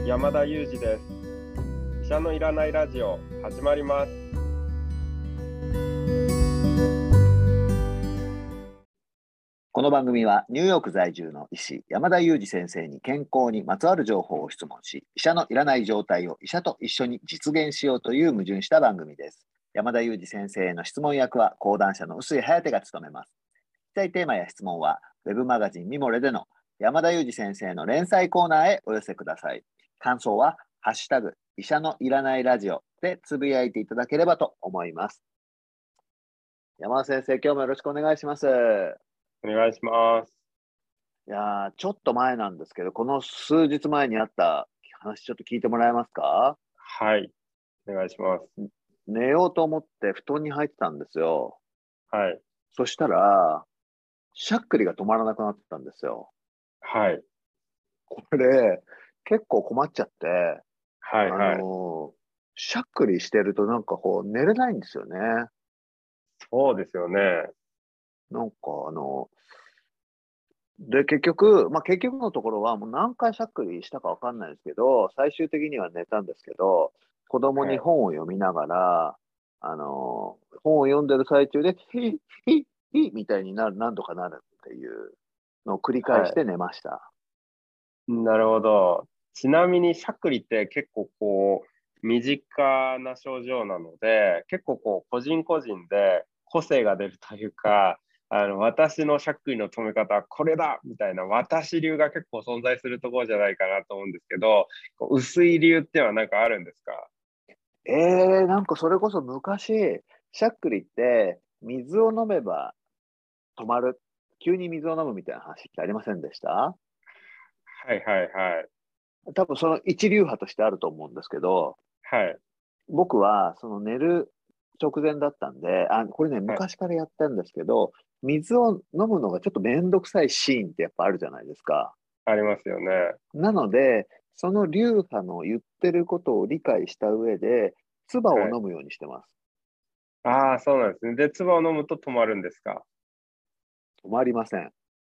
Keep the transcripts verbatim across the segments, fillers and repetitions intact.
山田裕二です。医者のいらないラジオ始まります。 この番組はニューヨーク在住の医師山田裕二先生に健康にまつわる情報を質問し、医者のいらない状態を医者と一緒に実現しようという矛盾した番組です。山田裕二先生への質問役は講談社の臼井颯が務めます。聞きたいテーマや質問はウェブマガジンミモレでの山田裕二先生の連載コーナーへお寄せください。感想はハッシュタグ医者のいらないラジオでつぶやいていただければと思います。山田先生、今日もよろしくお願いします。 お願いします。 いやー、ちょっと前なんですけど、この数日前にあった話ちょっと聞いてもらえますか？ はい、お願いします。 寝ようと思って布団に入ってたんですよ。 はい、 そしたら、しゃっくりが止まらなくなってたんですよ。 はい、 これ、結構困っちゃって、 はい、 あはい。 のーしゃっくりしてるとなんかこう寝れないんですよね。 そうですよね。 なんかあの、で、結局、まあ、結局のところはもう何回しゃっくりしたかわかんないですけど、最終的には寝たんですけど、子供にはい。 本を読みながら、あの、本を読んでる最中で、ヒッヒッヒッみたいになる、何度かなるっていうのを繰り返はして寝ました。 い。なるほど。ちなみにしゃっくりって結構こう身近な症状なので、結構こう個人個人で個性が出るというか、あの私のしゃっくりの止め方はこれだみたいな私流が結構存在するところじゃないかなと思うんですけど、こう薄い理由っていうのは何かあるんですか？ えー、なんかそれこそ昔、しゃっくりって水を飲めば止まる。急に水を飲むみたいな話ってありませんでした？ はいはいはい。 多分その一流派としてあると思うんですけど、 はい。 僕はその寝る直前だったんで、あ、これね、 はい。 昔からやってるんですけど、水を飲むのがちょっとめんどくさいシーンってやっぱあるじゃないですか。 ありますよね。 なので、その流派の言ってることを理解した上で、唾をはい。 飲むようにしてます。 ああ、そうなんですね。で、唾を飲むと止まるんですか？ 止まりません。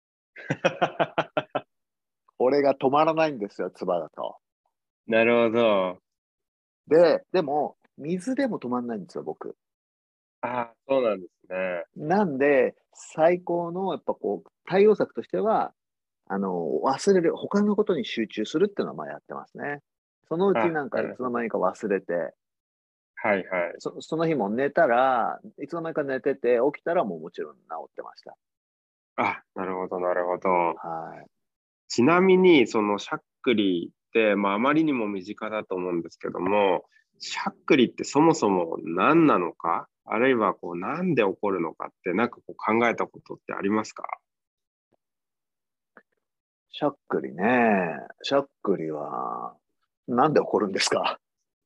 これが止まらないんですよ、唾だと。 なるほど。 で、でも、水でも止まらないんですよ、僕。 ああ、そうなんですね。 なんで、最高の、やっぱこう、対応策としては、あの、忘れる、他のことに集中するっていうのはまあやってますね。そのうちあ、 なんかいなるほど。 つの間にか忘れて、 はいはい。 そその日も寝たら、いつの間にか寝てて、起きたらもうもちろん治ってました。 あ、なるほど、なるほど。 はい。 ちなみに、そのしゃっくりって、まあ、あまりにも身近だと思うんですけども、しゃっくりってそもそも何なのか、あるいはこうなんで起こるのかって、なんかこう考えたことってありますか？ しゃっくりね。しゃっくりは、なんで起こるんですか？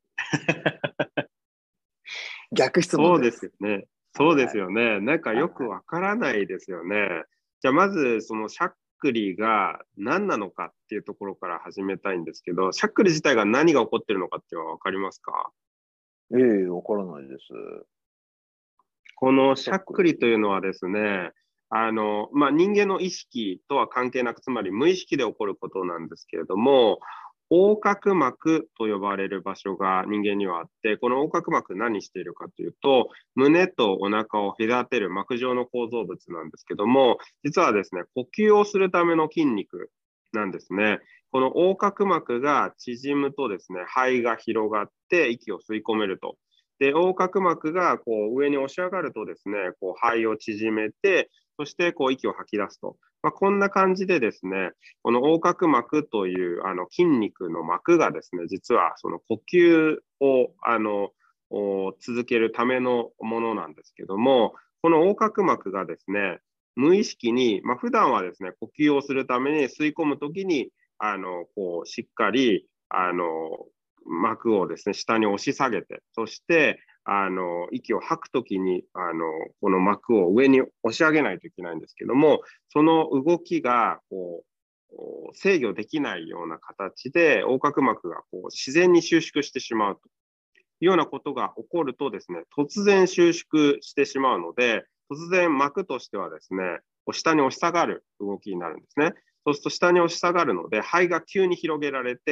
逆質問そうですです。 よね。そうではい。 すよね。なんかよくはい。 わからないですよね。じゃあまずそのしゃっくりが何なのかっていうところから始めたいんですけど、しゃっくり自体が何が起こってるのかっていうのはわかりますか？ ええ、起こらないです。 このしゃっしゃっくりくり。 というのはですね、あの、まあ、人間の意識とは関係なく、つまり無意識で起こることなんですけれども、横隔膜と呼ばれる場所が人間にはあって、この横隔膜何しているかというと、胸とお腹を隔てる膜状の構造物なんですけども、実はですね、呼吸をするための筋肉なんですね。この横隔膜が縮むとですね、肺が広がって息を吸い込めると。で、横隔膜がこう上に押し上がるとですね、こう肺を縮めて、そしてこう息を吐き出すと。まあ、こんな感じでですね、この横隔膜というあの筋肉の膜がですね、実はその呼吸をあの続けるためのものなんですけども、この横隔膜がですね、無意識に、まあ、普段はですね、呼吸をするために吸い込むときに、あのこうしっかりあの膜をですね、下に押し下げて、そして、あの、息を吐くときに、あの、この膜を上に押し上げないといけないんですけども、その動きが、こう、制御できないような形で、横隔膜がこう自然に収縮してしまうというようなことが起こるとですね、突然収縮してしまうので、突然膜としてはですね、下に押し下がる動きになるんですね。そうすると下に押し下がるので、肺が急に広げられて、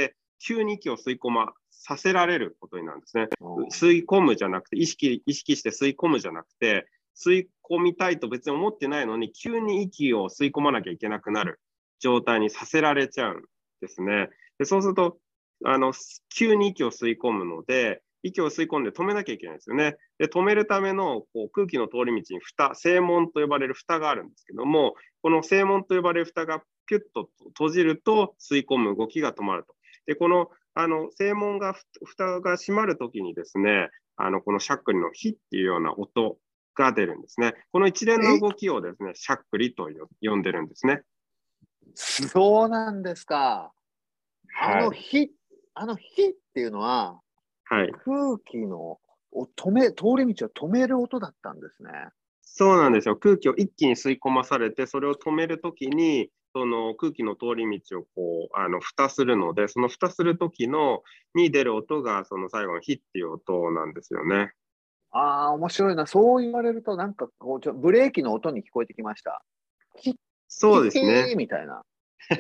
急に息を吸い込まさせられることになるんですね。 うん吸い込むじゃなくて、意識、意識して吸い込むじゃなくて、吸い込みたいと別に思ってないのに、急に息を吸い込まなきゃいけなくなる状態にさせられちゃうんですね。で、そうすると、あの、急に息を吸い込むので、息を吸い込んで止めなきゃいけないんですよね。で、止めるためのこう空気の通り道に蓋、正門と呼ばれる蓋があるんですけども、この正門と呼ばれる蓋がピュッと閉じると吸い込む動きが止まると。で、この、あの、正門が、蓋が閉まるときにですね、あの、このしゃっくりのヒっていうような音が出るんですね。この一連の動きをですね、しゃっくりと呼んでるんですね。 そうなんですか。あのはい。 火、あの火っていうのは、 はい。 空気のを止め、通り道を止める音だったんですね。 そうなんですよ。空気を一気に吸い込まされて、それを止めるときに、その空気の通り道をこう、あの、蓋するので、その蓋するときの、に出る音が、その最後のヒっていう音なんですよね。 ああ、面白いな。そう言われると、なんかこう、ちょブレーキの音に聞こえてきました。ヒッ、ヒそうッヒですね。 ーみたいな。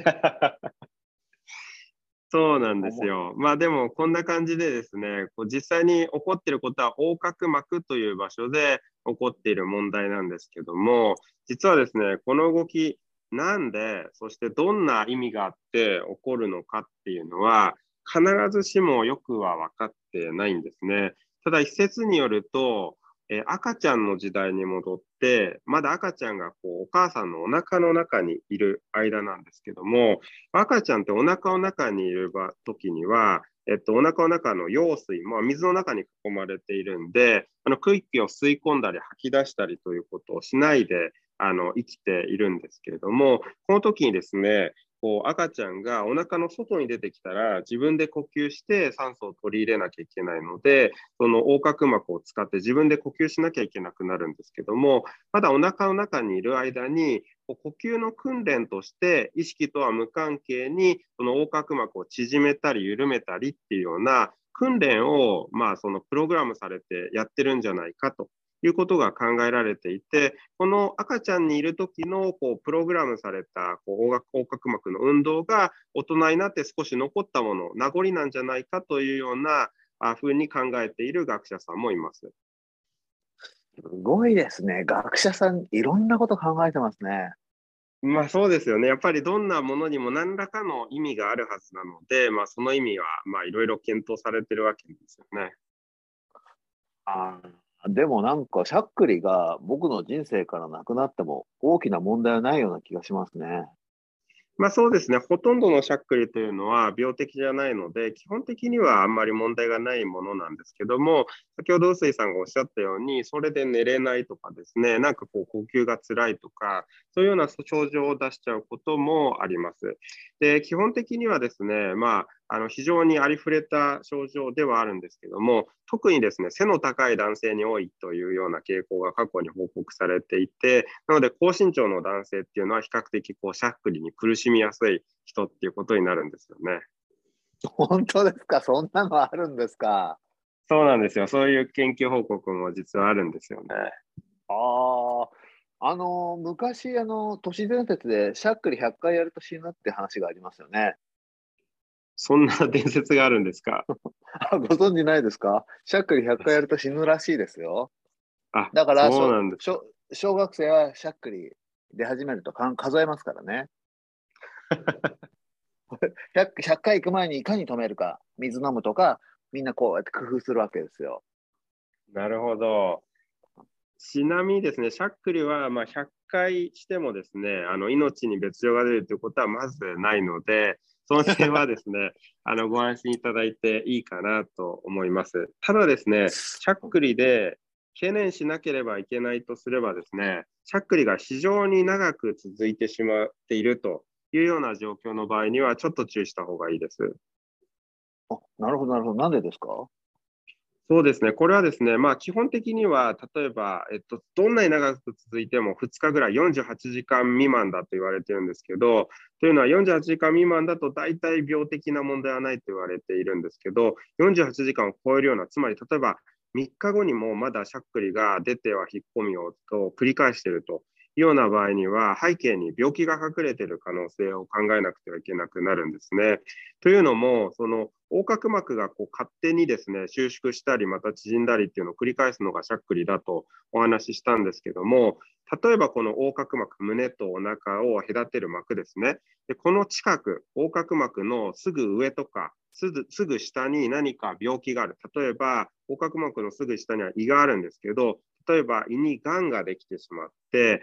そうなんですおもよ。まあでも、こんな感じでですね、こう実際に起こっていることは横隔膜という場所で起こっている問題なんですけども、実はですね、この動き、なんで、そしてどんな意味があって起こるのかっていうのは、必ずしもよくは分かってないんですね。ただ一説によると、えー赤ちゃんの時代に戻って、まだ赤ちゃんがこうお母さんのお腹の中にいる間なんですけども、赤ちゃんってお腹の中にいる時には、えっと、お腹の中の羊水、まあ、水の中に囲まれているんで、あの空気を吸い込んだり吐き出したりということをしないであの生きているんですけれども、この時にですね、こう赤ちゃんがお腹の外に出てきたら自分で呼吸して酸素を取り入れなきゃいけないので、その横隔膜を使って自分で呼吸しなきゃいけなくなるんですけども、まだお腹の中にいる間に呼吸の訓練として意識とは無関係にその横隔膜を縮めたり緩めたりっていうような訓練を、まあ、そのプログラムされてやってるんじゃないかということが考えられていて、この赤ちゃんにいる時のこうプログラムされたこう横隔膜の運動が大人になって少し残ったもの、名残なんじゃないかというようなふうに考えている学者さんもいます。 すごいですね。学者さん、いろんなこと考えてますね。 まあそうですよね。やっぱりどんなものにも何らかの意味があるはずなので、まあその意味はまあいろいろ検討されてるわけですよね。 あーでもなんか、しゃっくりが僕の人生からなくなっても大きな問題はないような気がしますね。 まあそうですね。ほとんどのしゃっくりというのは病的じゃないので、基本的にはあんまり問題がないものなんですけども、先ほど臼井さんがおっしゃったように、それで寝れないとかですね、なんかこう呼吸が辛いとか、そういうような症状を出しちゃうこともあります。で、基本的にはですね、まあ、あの非常にありふれた症状ではあるんですけども、特にですね、背の高い男性に多いというような傾向が過去に報告されていて、なので高身長の男性っていうのは比較的こうしゃっくりに苦しみやすい人っていうことになるんですよね。 本当ですか？そんなのあるんですか？ そうなんですよ。そういう研究報告も実はあるんですよね。 ああ、あの、昔、あの、都市伝説でしゃっくりひゃっかいやると死ぬって話がありますよね。 そんな伝説があるんですか？ あ、ご存知ないですか？しゃっくりひゃっかいやると死ぬらしいですよ。 あ、 だから、 そう小、 なんですか。 小、小学生はしゃっくり出始めるとか数えますからね。ひゃく、回行く前にいかに止めるか、水飲むとか、みんなこうやって工夫するわけですよ。 なるほど。ちなみにですね、しゃっくりはまあひゃっかいしてもですね、あの命に別状が出るということはまずないので、その点はですね、あのご安心いただいていいかなと思います。ただですね、しゃっくりで懸念しなければいけないとすればですね、しゃっくりが非常に長く続いてしまっているというような状況の場合には、ちょっと注意した方がいいです。 あ、なるほど、なるほど。なんでですか？ そうですね。これはですね、まあ基本的には、例えば、えっと、どんなに長く続いてもふつかぐらいよんじゅうはちじかん未満だと言われているんですけど、というのはよんじゅうはちじかん未満だと大体病的な問題はないと言われているんですけど、よんじゅうはちじかんを超えるような、つまり例えばみっかごにもまだしゃっくりが出ては引っ込みを繰り返しているというような場合には、背景に病気が隠れている可能性を考えなくてはいけなくなるんですね。というのも、その横隔膜がこう勝手にですね、収縮したり、また縮んだりっていうのを繰り返すのがしゃっくりだとお話ししたんですけども、例えばこの横隔膜、胸とお腹を隔てる膜ですね。でこの近く、横隔膜のすぐ上とか、すぐすぐ下に何か病気がある。例えば、横隔膜のすぐ下には胃があるんですけど、例えば胃にがんができてしまって、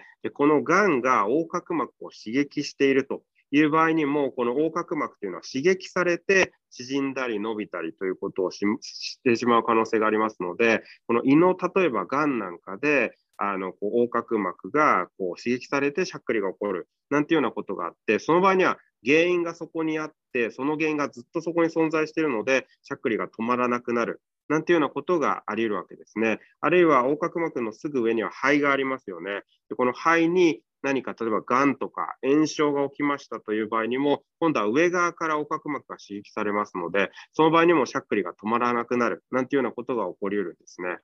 でこのがんが横隔膜を刺激しているという場合にも、この横隔膜というのは刺激されて縮んだり伸びたりということをししてしまう可能性がありますので、この胃の例えばがんなんかで、あのこう横隔膜がこう刺激されてしゃっくりが起こるなんていうようなことがあって、その場合には原因がそこにあって、その原因がずっとそこに存在しているので、しゃっくりが止まらなくなる。なんていうようなことがあり得るわけですね。あるいは横隔膜のすぐ上には肺がありますよね。でこの肺に何か例えばがんとか炎症が起きましたという場合にも、今度は上側から横隔膜が刺激されますので、その場合にもしゃっくりが止まらなくなるなんていうようなことが起こり得るんですね。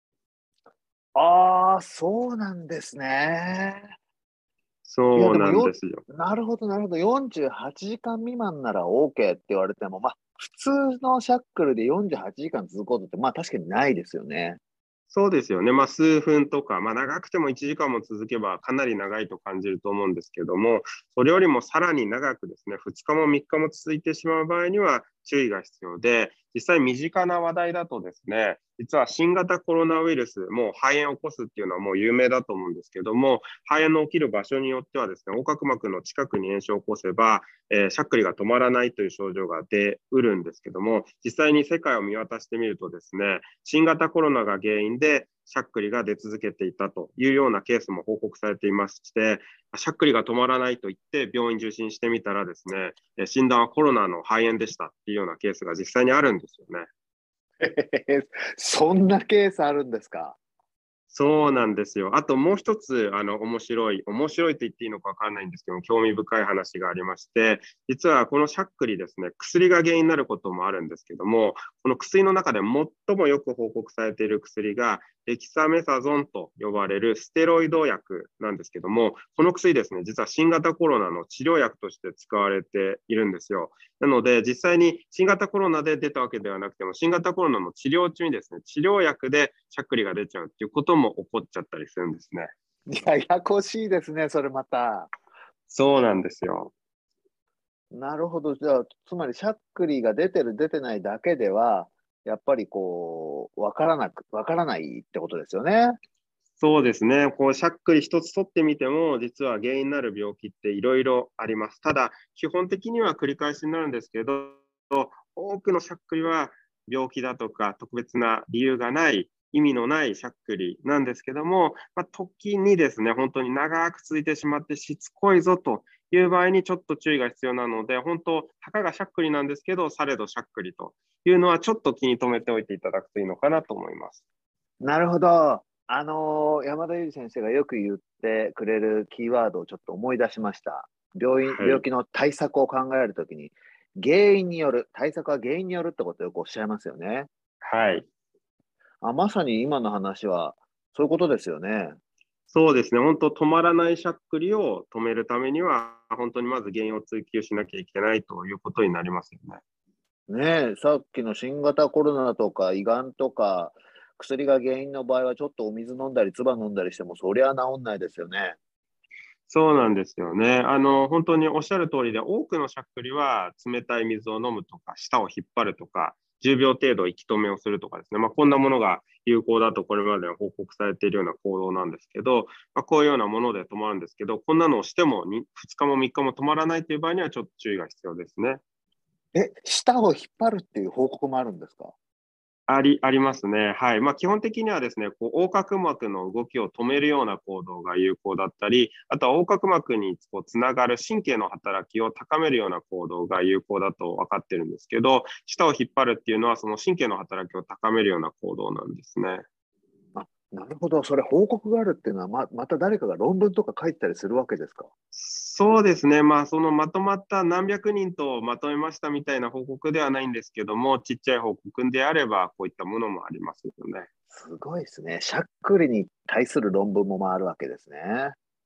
ああ、そうなんですね。いや、 そうでもよ、 なんですよ。 なるほど、なるほど。よんじゅうはちじかん未満なら オーケー って言われても、まあ、普通のシャックルでよんじゅうはちじかん続くことって、まあ確かにないですよね。 そうですよね。まあ、数分とか、まあ、長くてもいちじかんも続けばかなり長いと感じると思うんですけども、それよりもさらに長くですね、ふつかもみっかも続いてしまう場合には注意が必要で、実際身近な話題だとですね、実は新型コロナウイルス、もう肺炎を起こすっていうのはもう有名だと思うんですけども、肺炎の起きる場所によってはですね、横隔膜の近くに炎症を起こせば、えーしゃっくりが止まらないという症状が出うるんですけども、実際に世界を見渡してみるとですね、新型コロナが原因でしゃっくりが出続けていたというようなケースも報告されていまして、しゃっくりが止まらないと言って病院受診してみたらですね、診断はコロナの肺炎でしたっていうようなケースが実際にあるんですよね。 そんなケースあるんですか？ そうなんですよ。あともう一つ、あの、面白い、面白いと言っていいのかわかんないんですけども、興味深い話がありまして、実はこのしゃっくりですね、薬が原因になることもあるんですけども、この薬の中で最もよく報告されている薬が、デキサメサゾンと呼ばれるステロイド薬なんですけども、この薬ですね、実は新型コロナの治療薬として使われているんですよ。なので、実際に新型コロナで出たわけではなくても、新型コロナの治療中にですね、治療薬でしゃっくりが出ちゃうっていうことも起こっちゃったりするんですね。 ややこしいですね、それまた。 そうなんですよ。 なるほど。じゃあ、つまりしゃっくりが出てる出てないだけでは、やっぱりこう、わからなく、わからないってことですよね。 そうですね。こう、しゃっくり一つ取ってみても、実は原因になる病気っていろいろあります。ただ、基本的には繰り返しになるんですけど、多くのしゃっくりは病気だとか特別な理由がない、意味のないしゃっくりなんですけども、まあ、時にですね、本当に長く続いてしまってしつこいぞという場合にちょっと注意が必要なので、本当、たかがしゃっくりなんですけど、されどしゃっくりというのはちょっと気に留めておいていただくといいのかなと思います。 なるほど。あのー山田裕二先生がよく言ってくれるキーワードをちょっと思い出しました。病院、 はい。 病気の対策を考えるときに、原因による、対策は原因によるってことをよくおっしゃいますよね。 はい。 あ、まさに今の話は、そういうことですよね。 そうですね。本当止まらないしゃっくりを止めるためには、本当にまず原因を追求しなきゃいけないということになりますよね。 ねえ、さっきの新型コロナとか胃がんとか、薬が原因の場合はちょっとお水飲んだり、唾飲んだりしても、そりゃ治んないですよね。 そうなんですよね。あの、本当におっしゃる通りで、多くのしゃっくりは冷たい水を飲むとか、舌を引っ張るとか、じゅうびょう程度息止めをするとかですね。まあ、こんなものが有効だとこれまで報告されているような行動なんですけど、まあ、こういうようなもので止まるんですけど、こんなのをしてもふつかもみっかも止まらないという場合にはちょっと注意が必要ですね。 え、舌を引っ張るっていう報告もあるんですか？ あり、ありますね。はい。まあ、基本的にはですね、こう、横隔膜の動きを止めるような行動が有効だったり、あとは横隔膜にこうつながる神経の働きを高めるような行動が有効だと分かってるんですけど、舌を引っ張るっていうのは、その神経の働きを高めるような行動なんですね。 あ、なるほど。それ報告があるっていうのは、ま、また誰かが論文とか書いてたりするわけですか？ そうですね。まあ、そのまとまった何百人とまとめましたみたいな報告ではないんですけども、ちっちゃい報告であれば、こういったものもありますよね。 すごいですね。しゃっくりに対する論文も回るわけですね。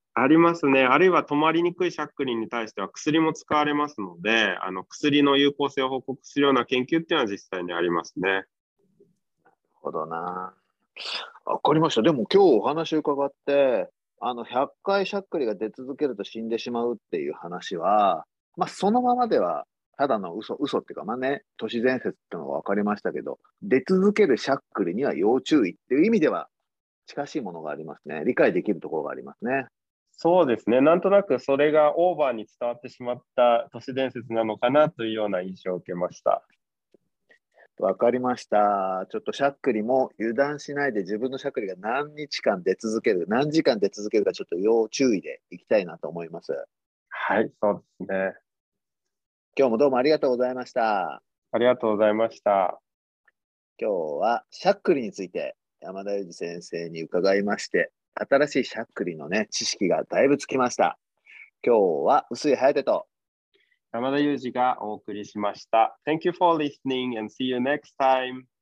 ありますね。あるいは止まりにくいしゃっくりに対しては薬も使われますので、あの薬の有効性を報告するような研究っていうのは実際にありますね。 なるほどな。わかりました。でも今日お話伺って、あの、ひゃっかいしゃっくりが出続けると死んでしまうっていう話は、まあ、そのままでは、ただの嘘、嘘っていうか、まあね、都市伝説っていうのが分かりましたけど、出続けるしゃっくりには要注意っていう意味では、近しいものがありますね。理解できるところがありますね。 そうですね。なんとなくそれがオーバーに伝わってしまった都市伝説なのかなというような印象を受けました。 わかりました。ちょっとしゃっくりも油断しないで自分のしゃっくりが何日間出続ける、何時間出続けるかちょっと要注意でいきたいなと思います。 はい、そうですね。 今日もどうもありがとうございました。 ありがとうございました。 今日はしゃっくりについて山田裕二先生に伺いまして、新しいしゃっくりのね、知識がだいぶつきました。今日は薄井颯と山田裕二がお送りしました。Thank you for listening and see you next time.